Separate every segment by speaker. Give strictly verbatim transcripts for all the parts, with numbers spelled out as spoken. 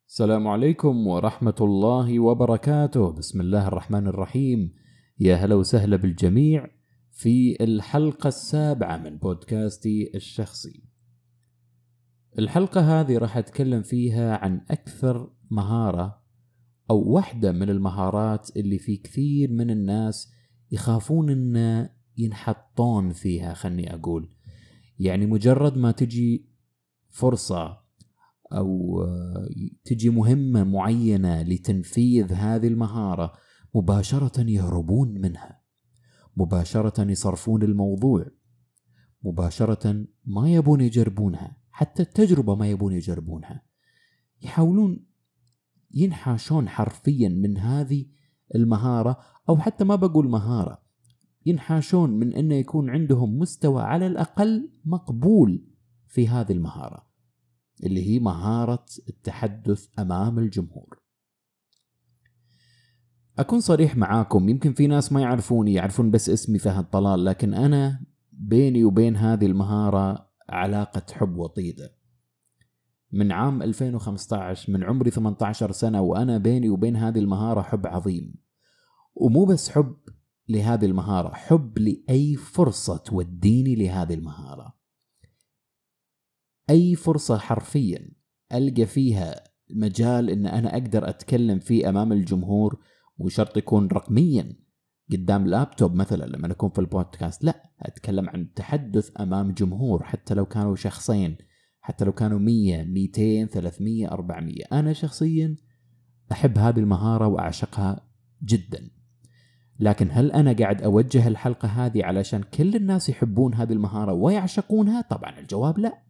Speaker 1: السلام عليكم ورحمة الله وبركاته. بسم الله الرحمن الرحيم. يا هلا وسهلا بالجميع في الحلقة السابعة من بودكاستي الشخصي. الحلقة هذه راح أتكلم فيها عن أكثر مهارة أو واحدة من المهارات اللي في كثير من الناس يخافون أن ينحطون فيها. خلني أقول يعني مجرد ما تجي فرصة أو تجي مهمة معينة لتنفيذ هذه المهارة مباشرة يهربون منها، مباشرة يصرفون الموضوع، مباشرة ما يبون يجربونها، حتى التجربة ما يبون يجربونها، يحاولون ينحاشون حرفيا من هذه المهارة، أو حتى ما بقول مهارة، ينحاشون من أن يكون عندهم مستوى على الأقل مقبول في هذه المهارة اللي هي مهارة التحدث أمام الجمهور. أكون صريح معاكم، يمكن في ناس ما يعرفوني، يعرفون بس اسمي فهد طلال، لكن أنا بيني وبين هذه المهارة علاقة حب وطيدة. من عام ألفين وخمسة عشر، من عمري ثمانية عشر سنة، وأنا بيني وبين هذه المهارة حب عظيم. ومو بس حب لهذه المهارة، حب لأي فرصة توديني لهذه المهارة. أي فرصة حرفيا ألقى فيها مجال إن أنا أقدر أتكلم فيه أمام الجمهور، مو شرط يكون رقميا قدام لابتوب مثلا لما أكون في البودكاست، لا، أتكلم عن التحدث أمام جمهور، حتى لو كانوا شخصين، حتى لو كانوا مية ميتين ثلاثمية أربعمية. أنا شخصيا أحب هذه المهارة وأعشقها جدا. لكن هل أنا قاعد أوجه الحلقة هذه علشان كل الناس يحبون هذه المهارة ويعشقونها؟ طبعا الجواب لا.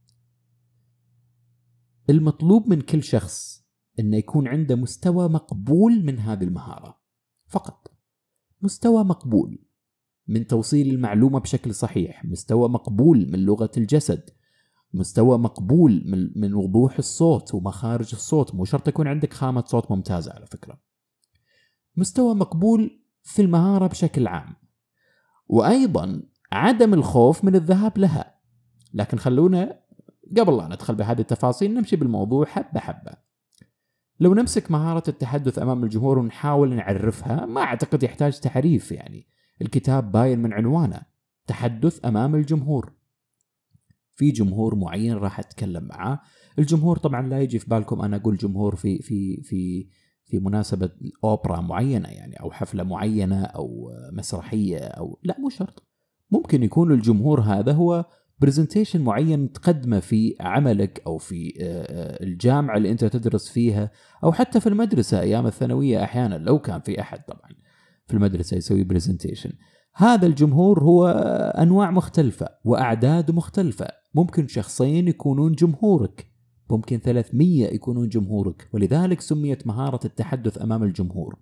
Speaker 1: المطلوب من كل شخص إنه يكون عنده مستوى مقبول من هذه المهارة فقط. مستوى مقبول من توصيل المعلومة بشكل صحيح، مستوى مقبول من لغة الجسد، مستوى مقبول من, من وضوح الصوت ومخارج الصوت. مو شرط يكون عندك خامة صوت ممتازة على فكرة. مستوى مقبول في المهارة بشكل عام، وأيضا عدم الخوف من الذهاب لها. لكن خلونا قبل لا ندخل بهذه التفاصيل نمشي بالموضوع حبة حبة. لو نمسك مهارة التحدث أمام الجمهور ونحاول نعرفها، ما أعتقد يحتاج تعريف، يعني الكتاب باين من عنوانه، تحدث أمام الجمهور. في جمهور معين راح أتكلم معاه. الجمهور طبعا لا يجي في بالكم أنا أقول جمهور في في في في مناسبة أوبرا معينة يعني، أو حفلة معينة أو مسرحية، أو لا، مو شرط. ممكن يكون الجمهور هذا هو برزنتيشن معين تقدمه في عملك، أو في الجامعة اللي أنت تدرس فيها، أو حتى في المدرسة أيام الثانوية أحيانا لو كان في أحد طبعا في المدرسة يسوي برزنتيشن. هذا الجمهور هو أنواع مختلفة وأعداد مختلفة. ممكن شخصين يكونون جمهورك، ممكن ثلاثمية يكونون جمهورك، ولذلك سميت مهارة التحدث أمام الجمهور.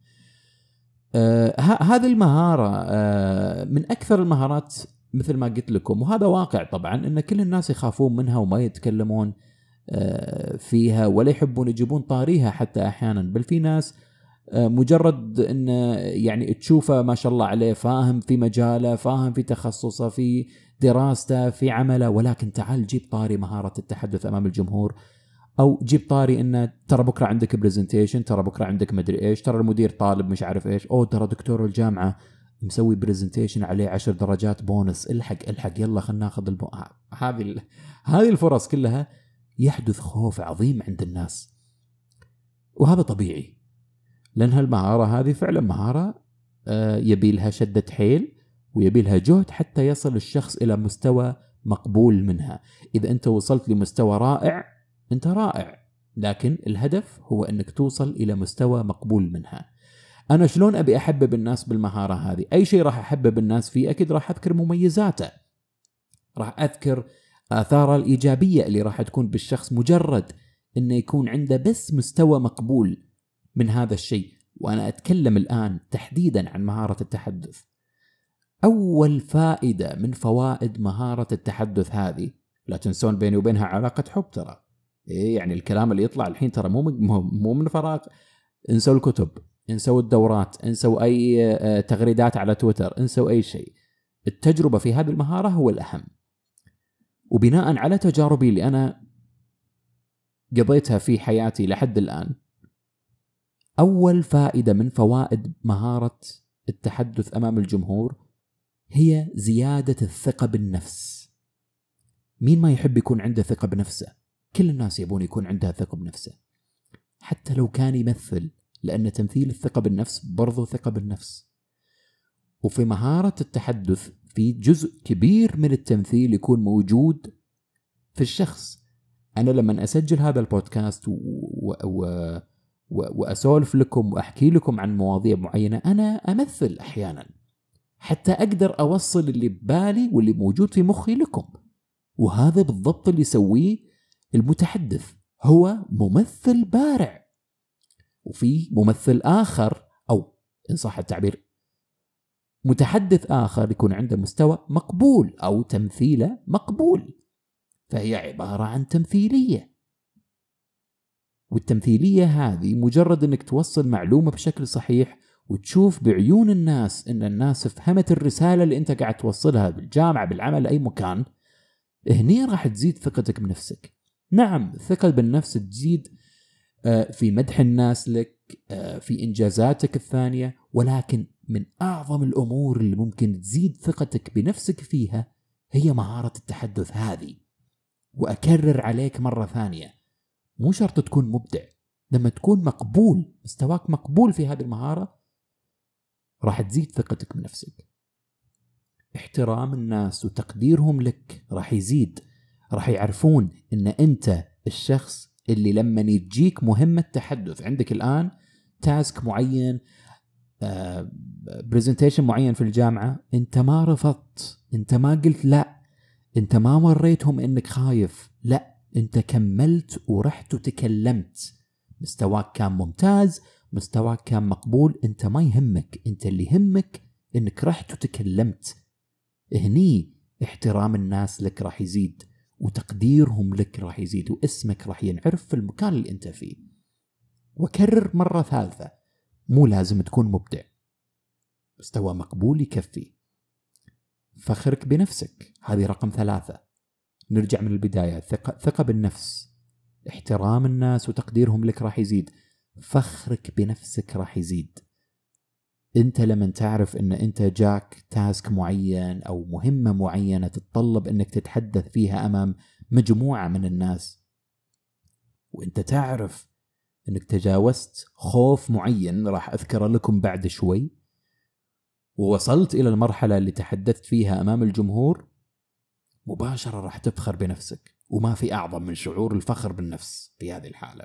Speaker 1: آه هذه المهارة آه من أكثر المهارات مثل ما قلت لكم، وهذا واقع طبعا، إن كل الناس يخافون منها وما يتكلمون آه فيها ولا يحبون يجيبون طاريها حتى أحيانا. بل في ناس آه مجرد إن يعني تشوفه ما شاء الله عليه فاهم في مجاله، فاهم في تخصصه، في دراسته، في عمله، ولكن تعال جيب طاري مهارة التحدث أمام الجمهور، أو جيب طاري إنه ترى بكرة عندك برزنتيشن، ترى بكرة عندك مدري إيش، ترى المدير طالب مش عارف إيش، أو ترى دكتور الجامعة مسوي برزنتيشن عليه عشر درجات بونس، الحق الحق يلا خلنا ناخذ البو... هذه هذه الفرص كلها يحدث خوف عظيم عند الناس، وهذا طبيعي، لأن هالمهارة هذه فعلا مهارة يبي لها شدة حيل ويبي لها جهد حتى يصل الشخص إلى مستوى مقبول منها. إذا أنت وصلت لمستوى رائع أنت رائع، لكن الهدف هو أنك توصل إلى مستوى مقبول منها. أنا شلون أبي أحبب الناس بالمهارة هذه؟ أي شيء راح أحبب الناس فيه أكيد راح أذكر مميزاته، راح أذكر آثار الإيجابية اللي راح تكون بالشخص مجرد أنه يكون عنده بس مستوى مقبول من هذا الشيء. وأنا أتكلم الآن تحديدا عن مهارة التحدث. أول فائدة من فوائد مهارة التحدث هذه، لا تنسون بيني وبينها علاقة حب، ترى إيه يعني الكلام اللي يطلع الحين ترى مو مو من فراغ. انسوا الكتب، انسوا الدورات، انسوا أي تغريدات على تويتر، انسوا أي شيء. التجربة في هذه المهارة هو الأهم. وبناء على تجاربي اللي أنا قضيتها في حياتي لحد الآن، أول فائدة من فوائد مهارة التحدث أمام الجمهور هي زيادة الثقة بالنفس. مين ما يحب يكون عنده ثقة بنفسه؟ كل الناس يبون يكون عندها ثقة بنفسه، حتى لو كان يمثل، لأن تمثيل الثقة بالنفس برضو ثقة بالنفس. وفي مهارة التحدث في جزء كبير من التمثيل يكون موجود في الشخص. أنا لما أسجل هذا البودكاست و... و... و... وأسولف لكم وأحكي لكم عن مواضيع معينة، أنا أمثل أحيانا حتى أقدر أوصل اللي ببالي واللي موجود في مخي لكم. وهذا بالضبط اللي يسويه المتحدث، هو ممثل بارع. وفي ممثل آخر، أو إن صح التعبير متحدث آخر، يكون عنده مستوى مقبول أو تمثيله مقبول، فهي عبارة عن تمثيلية. والتمثيلية هذه مجرد أنك توصل معلومة بشكل صحيح وتشوف بعيون الناس أن الناس فهمت الرسالة اللي أنت قاعد توصلها بالجامعة، بالعمل، أي مكان، هني راح تزيد ثقتك بنفسك. نعم، الثقة بالنفس تزيد في مدح الناس لك، في إنجازاتك الثانية، ولكن من أعظم الأمور اللي ممكن تزيد ثقتك بنفسك فيها هي مهارة التحدث هذه. وأكرر عليك مرة ثانية، مو شرط تكون مبدع، لما تكون مقبول، مستواك مقبول في هذه المهارة، راح تزيد ثقتك بنفسك. احترام الناس وتقديرهم لك راح يزيد، راح يعرفون ان انت الشخص اللي لما يجيك مهمة تحدث، عندك الآن تاسك معين، برزنتيشن معين في الجامعة، انت ما رفضت، انت ما قلت لا، انت ما وريتهم انك خايف، لا، انت كملت ورحت وتكلمت. مستواك كان ممتاز، مستواك كان مقبول، انت ما يهمك، انت اللي يهمك انك رحت وتكلمت. هني احترام الناس لك راح يزيد، وتقديرهم لك راح يزيد، واسمك راح ينعرف في المكان اللي انت فيه. وكرر مرة ثالثة، مو لازم تكون مبدع، مستوى مقبول يكفي. فخرك بنفسك، هذه رقم ثلاثة. نرجع من البداية، ثقة, ثقة بالنفس، احترام الناس وتقديرهم لك راح يزيد، فخرك بنفسك راح يزيد. انت لما تعرف ان انت جاك تاسك معين او مهمة معينة تتطلب انك تتحدث فيها امام مجموعة من الناس، وانت تعرف انك تجاوزت خوف معين راح اذكر لكم بعد شوي، ووصلت الى المرحلة اللي تحدثت فيها امام الجمهور، مباشرة راح تفخر بنفسك. وما في اعظم من شعور الفخر بالنفس في هذه الحالة.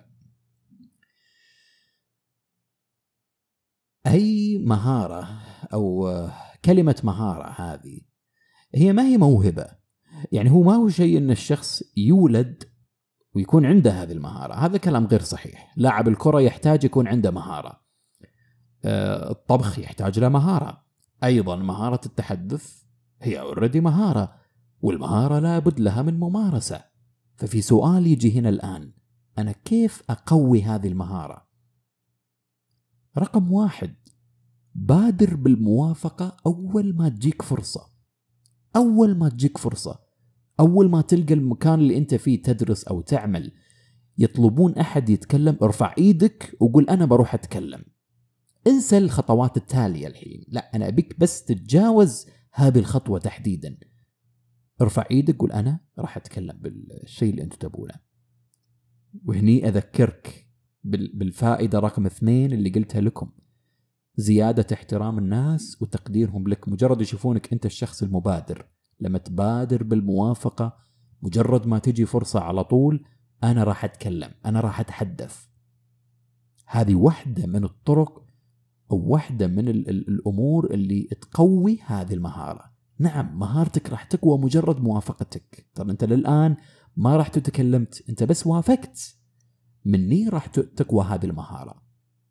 Speaker 1: أي مهارة أو كلمة مهارة هذه هي ما هي موهبة، يعني هو ما هو شيء أن الشخص يولد ويكون عنده هذه المهارة، هذا كلام غير صحيح. لاعب الكرة يحتاج يكون عنده مهارة، الطبخ يحتاج له مهارة، أيضا مهارة التحدث هي أوريدي مهارة، والمهارة لا بد لها من ممارسة. ففي سؤال يجي هنا الآن، أنا كيف أقوي هذه المهارة؟ رقم واحد، بادر بالموافقة أول ما تجيك فرصة. أول ما تجيك فرصة، أول ما تلقى المكان اللي أنت فيه تدرس أو تعمل يطلبون أحد يتكلم، ارفع إيدك وقول أنا بروح أتكلم. انسى الخطوات التالية الحين، لا، أنا أبيك بس تتجاوز هذه الخطوة تحديدا. ارفع إيدك قول أنا راح أتكلم بالشيء اللي أنت تبونه. وهني أذكرك بالفائدة رقم اثنين اللي قلتها لكم، زيادة احترام الناس وتقديرهم لك. مجرد يشوفونك أنت الشخص المبادر، لما تبادر بالموافقة، مجرد ما تجي فرصة على طول أنا راح أتكلم، أنا راح أتحدث. هذه واحدة من الطرق أو واحدة من ال ال الأمور اللي تقوي هذه المهارة. نعم، مهارتك راح تقوى مجرد موافقتك. طب أنت للآن ما راح تتكلمت، أنت بس وافقت، مني راح تقوى هذه المهارة.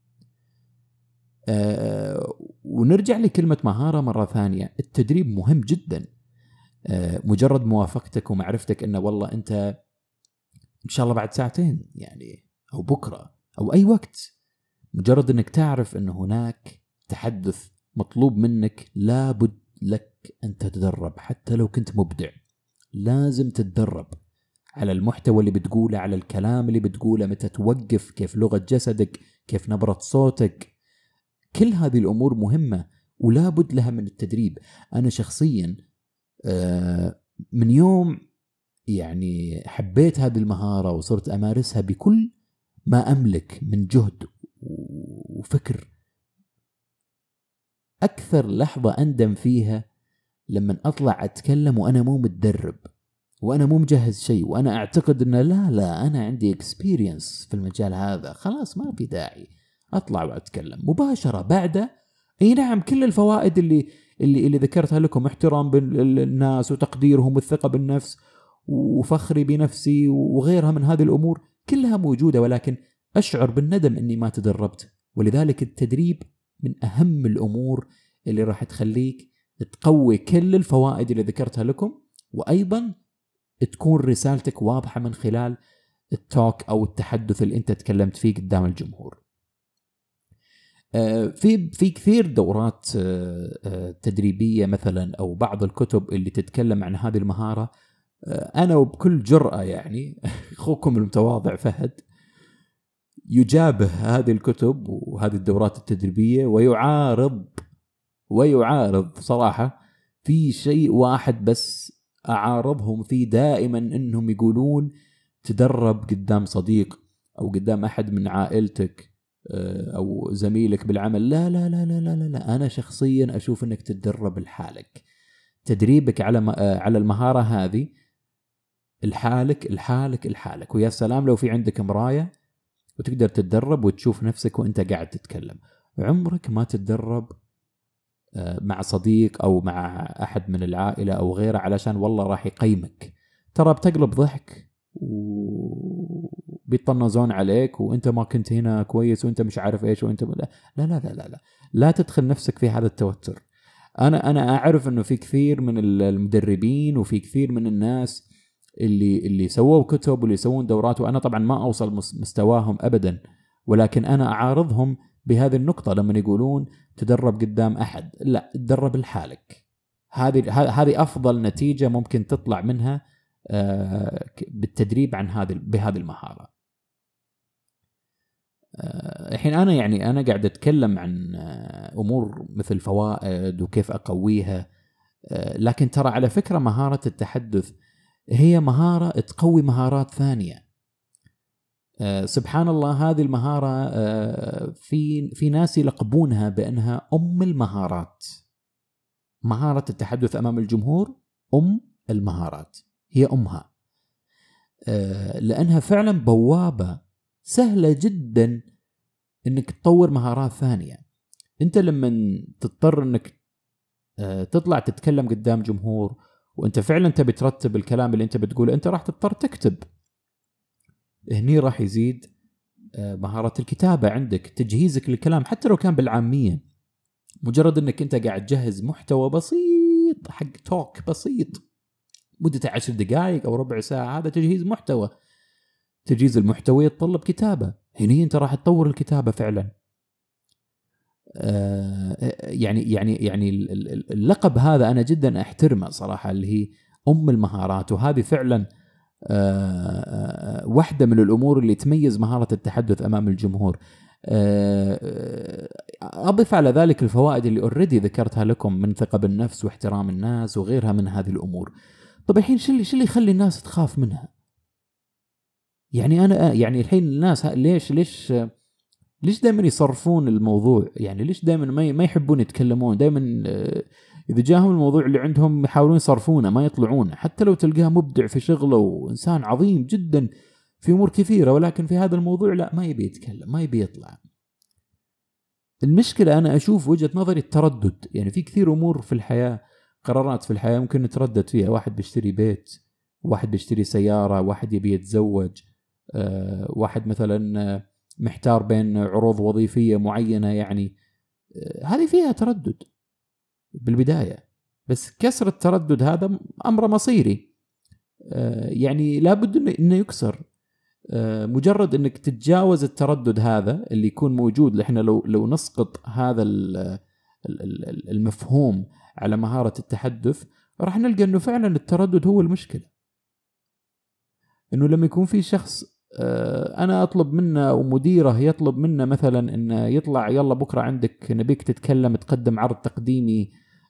Speaker 1: أه ونرجع لكلمة مهارة مرة ثانية، التدريب مهم جدا. أه مجرد موافقتك ومعرفتك أنه والله أنت إن شاء الله بعد ساعتين يعني أو بكرة أو أي وقت، مجرد أنك تعرف أن هناك تحدث مطلوب منك، لابد لك أن تتدرب. حتى لو كنت مبدع لازم تتدرب على المحتوى اللي بتقوله، على الكلام اللي بتقوله، متى توقف، كيف لغة جسدك، كيف نبرة صوتك. كل هذه الأمور مهمة ولا بد لها من التدريب. أنا شخصيا من يوم يعني حبيت هذه المهارة وصرت أمارسها بكل ما أملك من جهد وفكر، أكثر لحظة أندم فيها لما أطلع أتكلم وأنا مو متدرب وأنا مو مجهز شيء، وأنا أعتقد أن لا لا أنا عندي experience في المجال هذا، خلاص ما في داعي أطلع وأتكلم مباشرة بعده. أي نعم، كل الفوائد اللي اللي اللي ذكرتها لكم، احترام بالناس وتقديرهم والثقة بالنفس وفخري بنفسي وغيرها من هذه الأمور كلها موجودة، ولكن أشعر بالندم أني ما تدربت. ولذلك التدريب من أهم الأمور اللي راح تخليك تقوي كل الفوائد اللي ذكرتها لكم، وأيضا تكون رسالتك واضحة من خلال التوك أو التحدث اللي أنت تكلمت فيه قدام الجمهور. في في كثير دورات تدريبية مثلا أو بعض الكتب اللي تتكلم عن هذه المهارة. أنا وبكل جرأة يعني أخوكم المتواضع فهد يجابه هذه الكتب وهذه الدورات التدريبية ويعارض ويعارض صراحة في شيء واحد بس أعارضهم فيه دائما، إنهم يقولون تدرب قدام صديق أو قدام أحد من عائلتك أو زميلك بالعمل. لا لا لا لا لا لا، أنا شخصيا أشوف إنك تتدرب لحالك. تدريبك على على المهارة هذه الحالك الحالك الحالك، ويا سلام لو في عندك مراية وتقدر تتدرب وتشوف نفسك وانت قاعد تتكلم. عمرك ما تتدرب مع صديق أو مع أحد من العائلة أو غيره علشان والله راح يقيمك. ترى بتقلب ضحك وبيطنزون عليك وانت ما كنت هنا كويس وانت مش عارف ايش وانت لا لا لا لا لا, لا تدخل نفسك في هذا التوتر. أنا أنا أعرف إنه في كثير من المدربين وفي كثير من الناس اللي اللي سووا كتب واللي يسوون دورات، وأنا طبعا ما أوصل مستواهم أبدا، ولكن أنا أعارضهم بهذه النقطة لما يقولون تدرب قدام أحد. لا، تدرب لحالك. هذه هذه أفضل نتيجة ممكن تطلع منها بالتدريب عن هذه بهذه المهارة. الحين أنا يعني أنا قاعد أتكلم عن أمور مثل فوائد وكيف أقويها، لكن ترى على فكرة مهارة التحدث هي مهارة تقوي مهارات ثانية. سبحان الله، هذه المهارة في في ناس يلقبونها بأنها أم المهارات. مهارة التحدث أمام الجمهور أم المهارات، هي أمها، لأنها فعلا بوابة سهلة جدا إنك تطور مهارات ثانية. أنت لما تضطر إنك تطلع تتكلم قدام جمهور وأنت فعلا تبي ترتب الكلام اللي أنت بتقوله، أنت راح تضطر تكتب. هني راح يزيد مهارة الكتابة عندك، تجهيزك للكلام حتى لو كان بالعامية. مجرد أنك أنت قاعد تجهز محتوى بسيط حق توك بسيط مدته عشر دقائق أو ربع ساعة، هذا تجهيز محتوى. تجهيز المحتوى يتطلب كتابة، هني أنت راح تطور الكتابة فعلا. يعني يعني يعني اللقب هذا أنا جدا أحترمه صراحة، اللي هي أم المهارات. وهذه فعلا واحدة من الأمور اللي تميز مهارة التحدث أمام الجمهور. أضف على ذلك الفوائد اللي أوريدي ذكرتها لكم من ثقة بالنفس واحترام الناس وغيرها من هذه الأمور. طب الحين شو اللي شو اللي يخلي الناس تخاف منها؟ يعني أنا يعني الحين الناس ليش ليش ليش دائما يصرفون الموضوع؟ يعني ليش دائما ما ما يحبون يتكلمون؟ دائما إذا جاهم الموضوع اللي عندهم يحاولون يصرفونه، ما يطلعونه. حتى لو تلقاه مبدع في شغله وإنسان عظيم جدا في أمور كثيرة، ولكن في هذا الموضوع لا، ما يبي يتكلم، ما يبي يطلع. المشكلة أنا أشوف وجهة نظري التردد. يعني في كثير أمور في الحياة، قرارات في الحياة ممكن نتردد فيها. واحد بيشتري بيت، واحد بيشتري سيارة، واحد يبي يتزوج، أه واحد مثلا محتار بين عروض وظيفية معينة. يعني أه هذه فيها تردد بالبداية، بس كسر التردد هذا أمر مصيري. أه يعني لابد إنه يكسر. أه مجرد إنك تتجاوز التردد هذا اللي يكون موجود. لحنا لو لو نسقط هذا المفهوم على مهارة التحدث، راح نلقى إنه فعلا التردد هو المشكلة. انه لما يكون في شخص انا اطلب منه ومديره يطلب منه مثلا انه يطلع يلا بكره عندك نبيك تتكلم تقدم عرض تقديمي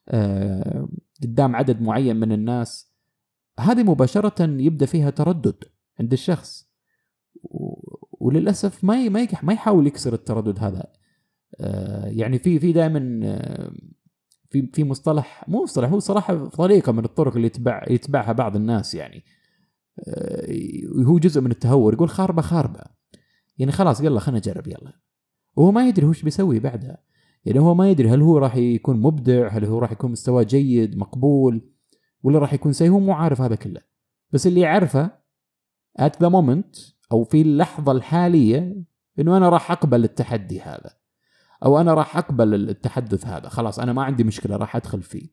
Speaker 1: قدام عدد معين من الناس، هذه مباشره يبدا فيها تردد عند الشخص، وللاسف ما ما ما يحاول يكسر التردد هذا. يعني في في دائما في في مصطلح مو مصطلح هو صراحه طريقه من الطرق اللي يتبع يتبعها بعض الناس، يعني هو جزء من التهور، يقول خاربه خاربه، يعني خلاص يلا خلينا نجرب يلا، وهو ما يدري هو ايش بيسوي بعدها. يعني هو ما يدري هل هو راح يكون مبدع، هل هو راح يكون مستواه جيد مقبول، ولا راح يكون سيء. هو مو عارف هذا كله، بس اللي يعرفه at the moment او في اللحظه الحاليه انه انا راح اقبل التحدي هذا، او انا راح اقبل التحدث هذا، خلاص انا ما عندي مشكله راح ادخل فيه.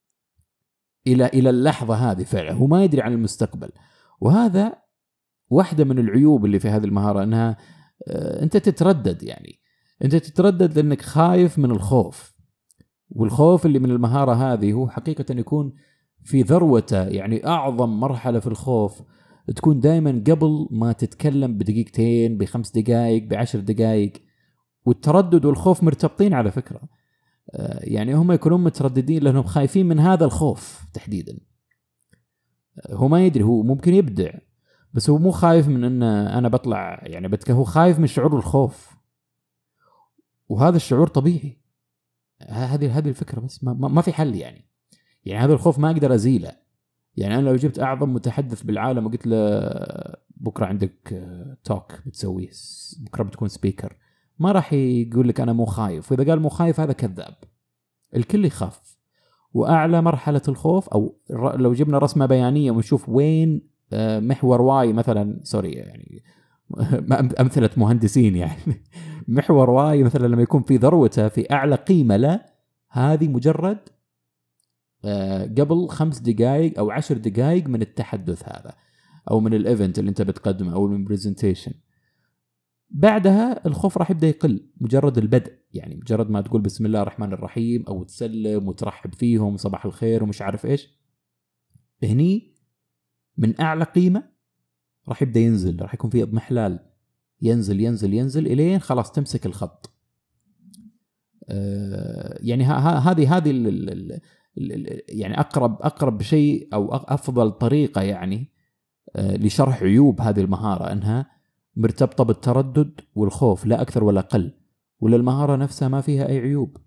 Speaker 1: الى الى اللحظه هذه فعلا هو ما يدري عن المستقبل. وهذا واحدة من العيوب اللي في هذه المهارة، أنها أنت تتردد، يعني أنت تتردد لأنك خايف من الخوف، والخوف اللي من المهارة هذه هو حقيقة يكون في ذروته، يعني أعظم مرحلة في الخوف تكون دائما قبل ما تتكلم بدقيقتين بخمس دقائق بعشر دقائق. والتردد والخوف مرتبطين على فكرة، يعني هم يكونون مترددين لأنهم خايفين من هذا الخوف تحديدا. هو ما يدري، هو ممكن يبدع بس هو مو خايف من ان انا بطلع يعني بتك، هو خايف من شعور الخوف، وهذا الشعور طبيعي. هذه هذه الفكره، بس ما, ما في حل يعني. يعني هذا الخوف ما اقدر ازيله. يعني انا لو جبت اعظم متحدث بالعالم وقلت له بكره عندك توك بتسويه، بكره بتكون سبيكر، ما راح يقول لك انا مو خايف. واذا قال مو خايف هذا كذاب. الكل يخاف. واعلى مرحله الخوف، او لو جبنا رسمه بيانيه ونشوف وين محور واي مثلا، سوري يعني أمثلة مهندسين، يعني محور واي مثلا لما يكون في ذروته في أعلى قيمة له، هذه مجرد قبل خمس دقائق أو عشر دقائق من التحدث هذا، أو من الإيفنت اللي أنت بتقدمه، أو من بريزنتيشن. بعدها الخوف راح يبدأ يقل مجرد البدء، يعني مجرد ما تقول بسم الله الرحمن الرحيم أو تسلم وترحب فيهم صباح الخير ومش عارف إيش، هني من أعلى قيمة راح يبدأ ينزل، راح يكون فيه اضمحلال، ينزل ينزل ينزل إلين خلاص تمسك الخط. آه يعني هذه هذه يعني أقرب أقرب شيء أو أفضل طريقة يعني آه لشرح عيوب هذه المهارة، أنها مرتبطة بالتردد والخوف لا أكثر ولا أقل، ولا المهارة نفسها ما فيها أي عيوب.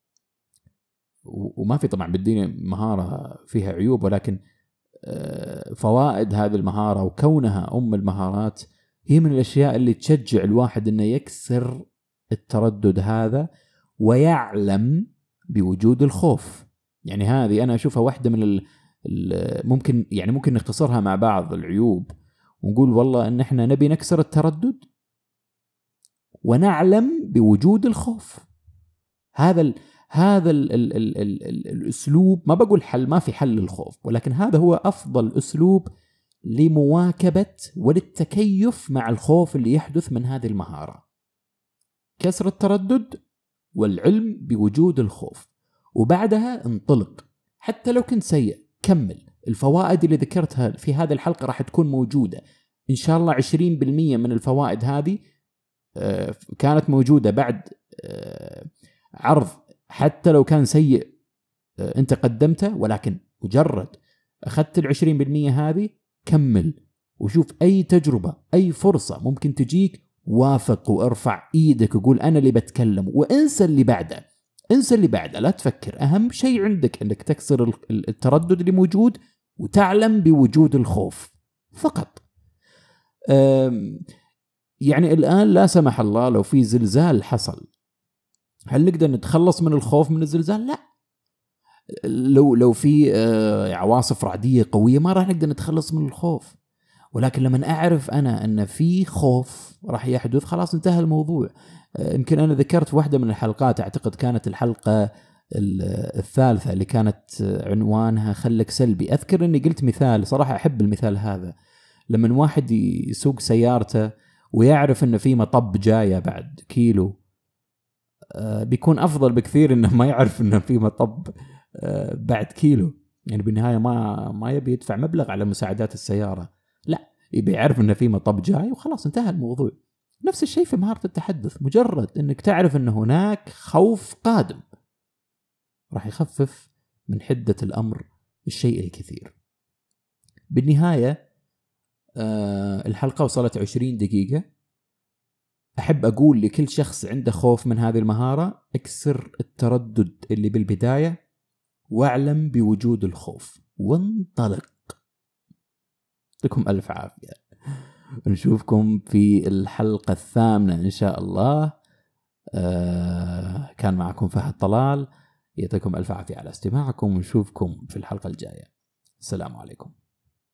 Speaker 1: وما في طبعا بالدين مهارة فيها عيوب، ولكن فوائد هذه المهارة وكونها أم المهارات هي من الأشياء اللي تشجع الواحد أنه يكسر التردد هذا ويعلم بوجود الخوف. يعني هذه أنا أشوفها واحدة من ال ممكن يعني ممكن نختصرها مع بعض العيوب ونقول والله أن احنا نبي نكسر التردد ونعلم بوجود الخوف. هذا ال هذا ال ال ال ال ال الأسلوب، ما بقول حل، ما في حل للخوف، ولكن هذا هو أفضل أسلوب لمواكبة وللتكيف مع الخوف اللي يحدث من هذه المهارة. كسر التردد والعلم بوجود الخوف، وبعدها انطلق. حتى لو كنت سيء كمل. الفوائد اللي ذكرتها في هذه الحلقة راح تكون موجودة إن شاء الله. عشرين بالمئة من الفوائد هذه كانت موجودة بعد عرض حتى لو كان سيء أنت قدمته، ولكن مجرد أخذت العشرين بالمئة هذه كمل وشوف أي تجربة أي فرصة ممكن تجيك، وافق وارفع إيدك وقول أنا اللي بتكلم، وانسى اللي بعده، انسى اللي بعده، لا تفكر. أهم شيء عندك أنك تكسر التردد اللي موجود وتعلم بوجود الخوف فقط. يعني الآن لا سمح الله لو في زلزال حصل، هل نقدر نتخلص من الخوف من الزلزال؟ لا. لو لو في عواصف رعدية قوية ما راح نقدر نتخلص من الخوف، ولكن لما أعرف أنا أن في خوف راح يحدث خلاص انتهى الموضوع. يمكن أنا ذكرت واحدة من الحلقات، أعتقد كانت الحلقة الثالثة اللي كانت عنوانها خلك سلبي. أذكر أني قلت مثال، صراحة أحب المثال هذا، لما واحد يسوق سيارته ويعرف أن في مطب جاية بعد كيلو، بيكون أفضل بكثير إنه ما يعرف إنه في مطب بعد كيلو. يعني بالنهاية ما ما يبي يدفع مبلغ على مساعدات السيارة، لا، يبي يعرف إنه في مطب جاي وخلاص انتهى الموضوع. نفس الشيء في مهارة التحدث، مجرد إنك تعرف إن هناك خوف قادم راح يخفف من حدة الأمر الشيء الكثير. بالنهاية أه الحلقة وصلت عشرين دقيقة. أحب أقول لكل شخص عنده خوف من هذه المهارة: اكسر التردد اللي بالبداية واعلم بوجود الخوف وانطلق. لكم ألف عافية، نشوفكم في الحلقة الثامنة إن شاء الله. أه كان معكم فهد طلال، يعطيكم ألف عافية على استماعكم، ونشوفكم في الحلقة الجاية. السلام عليكم.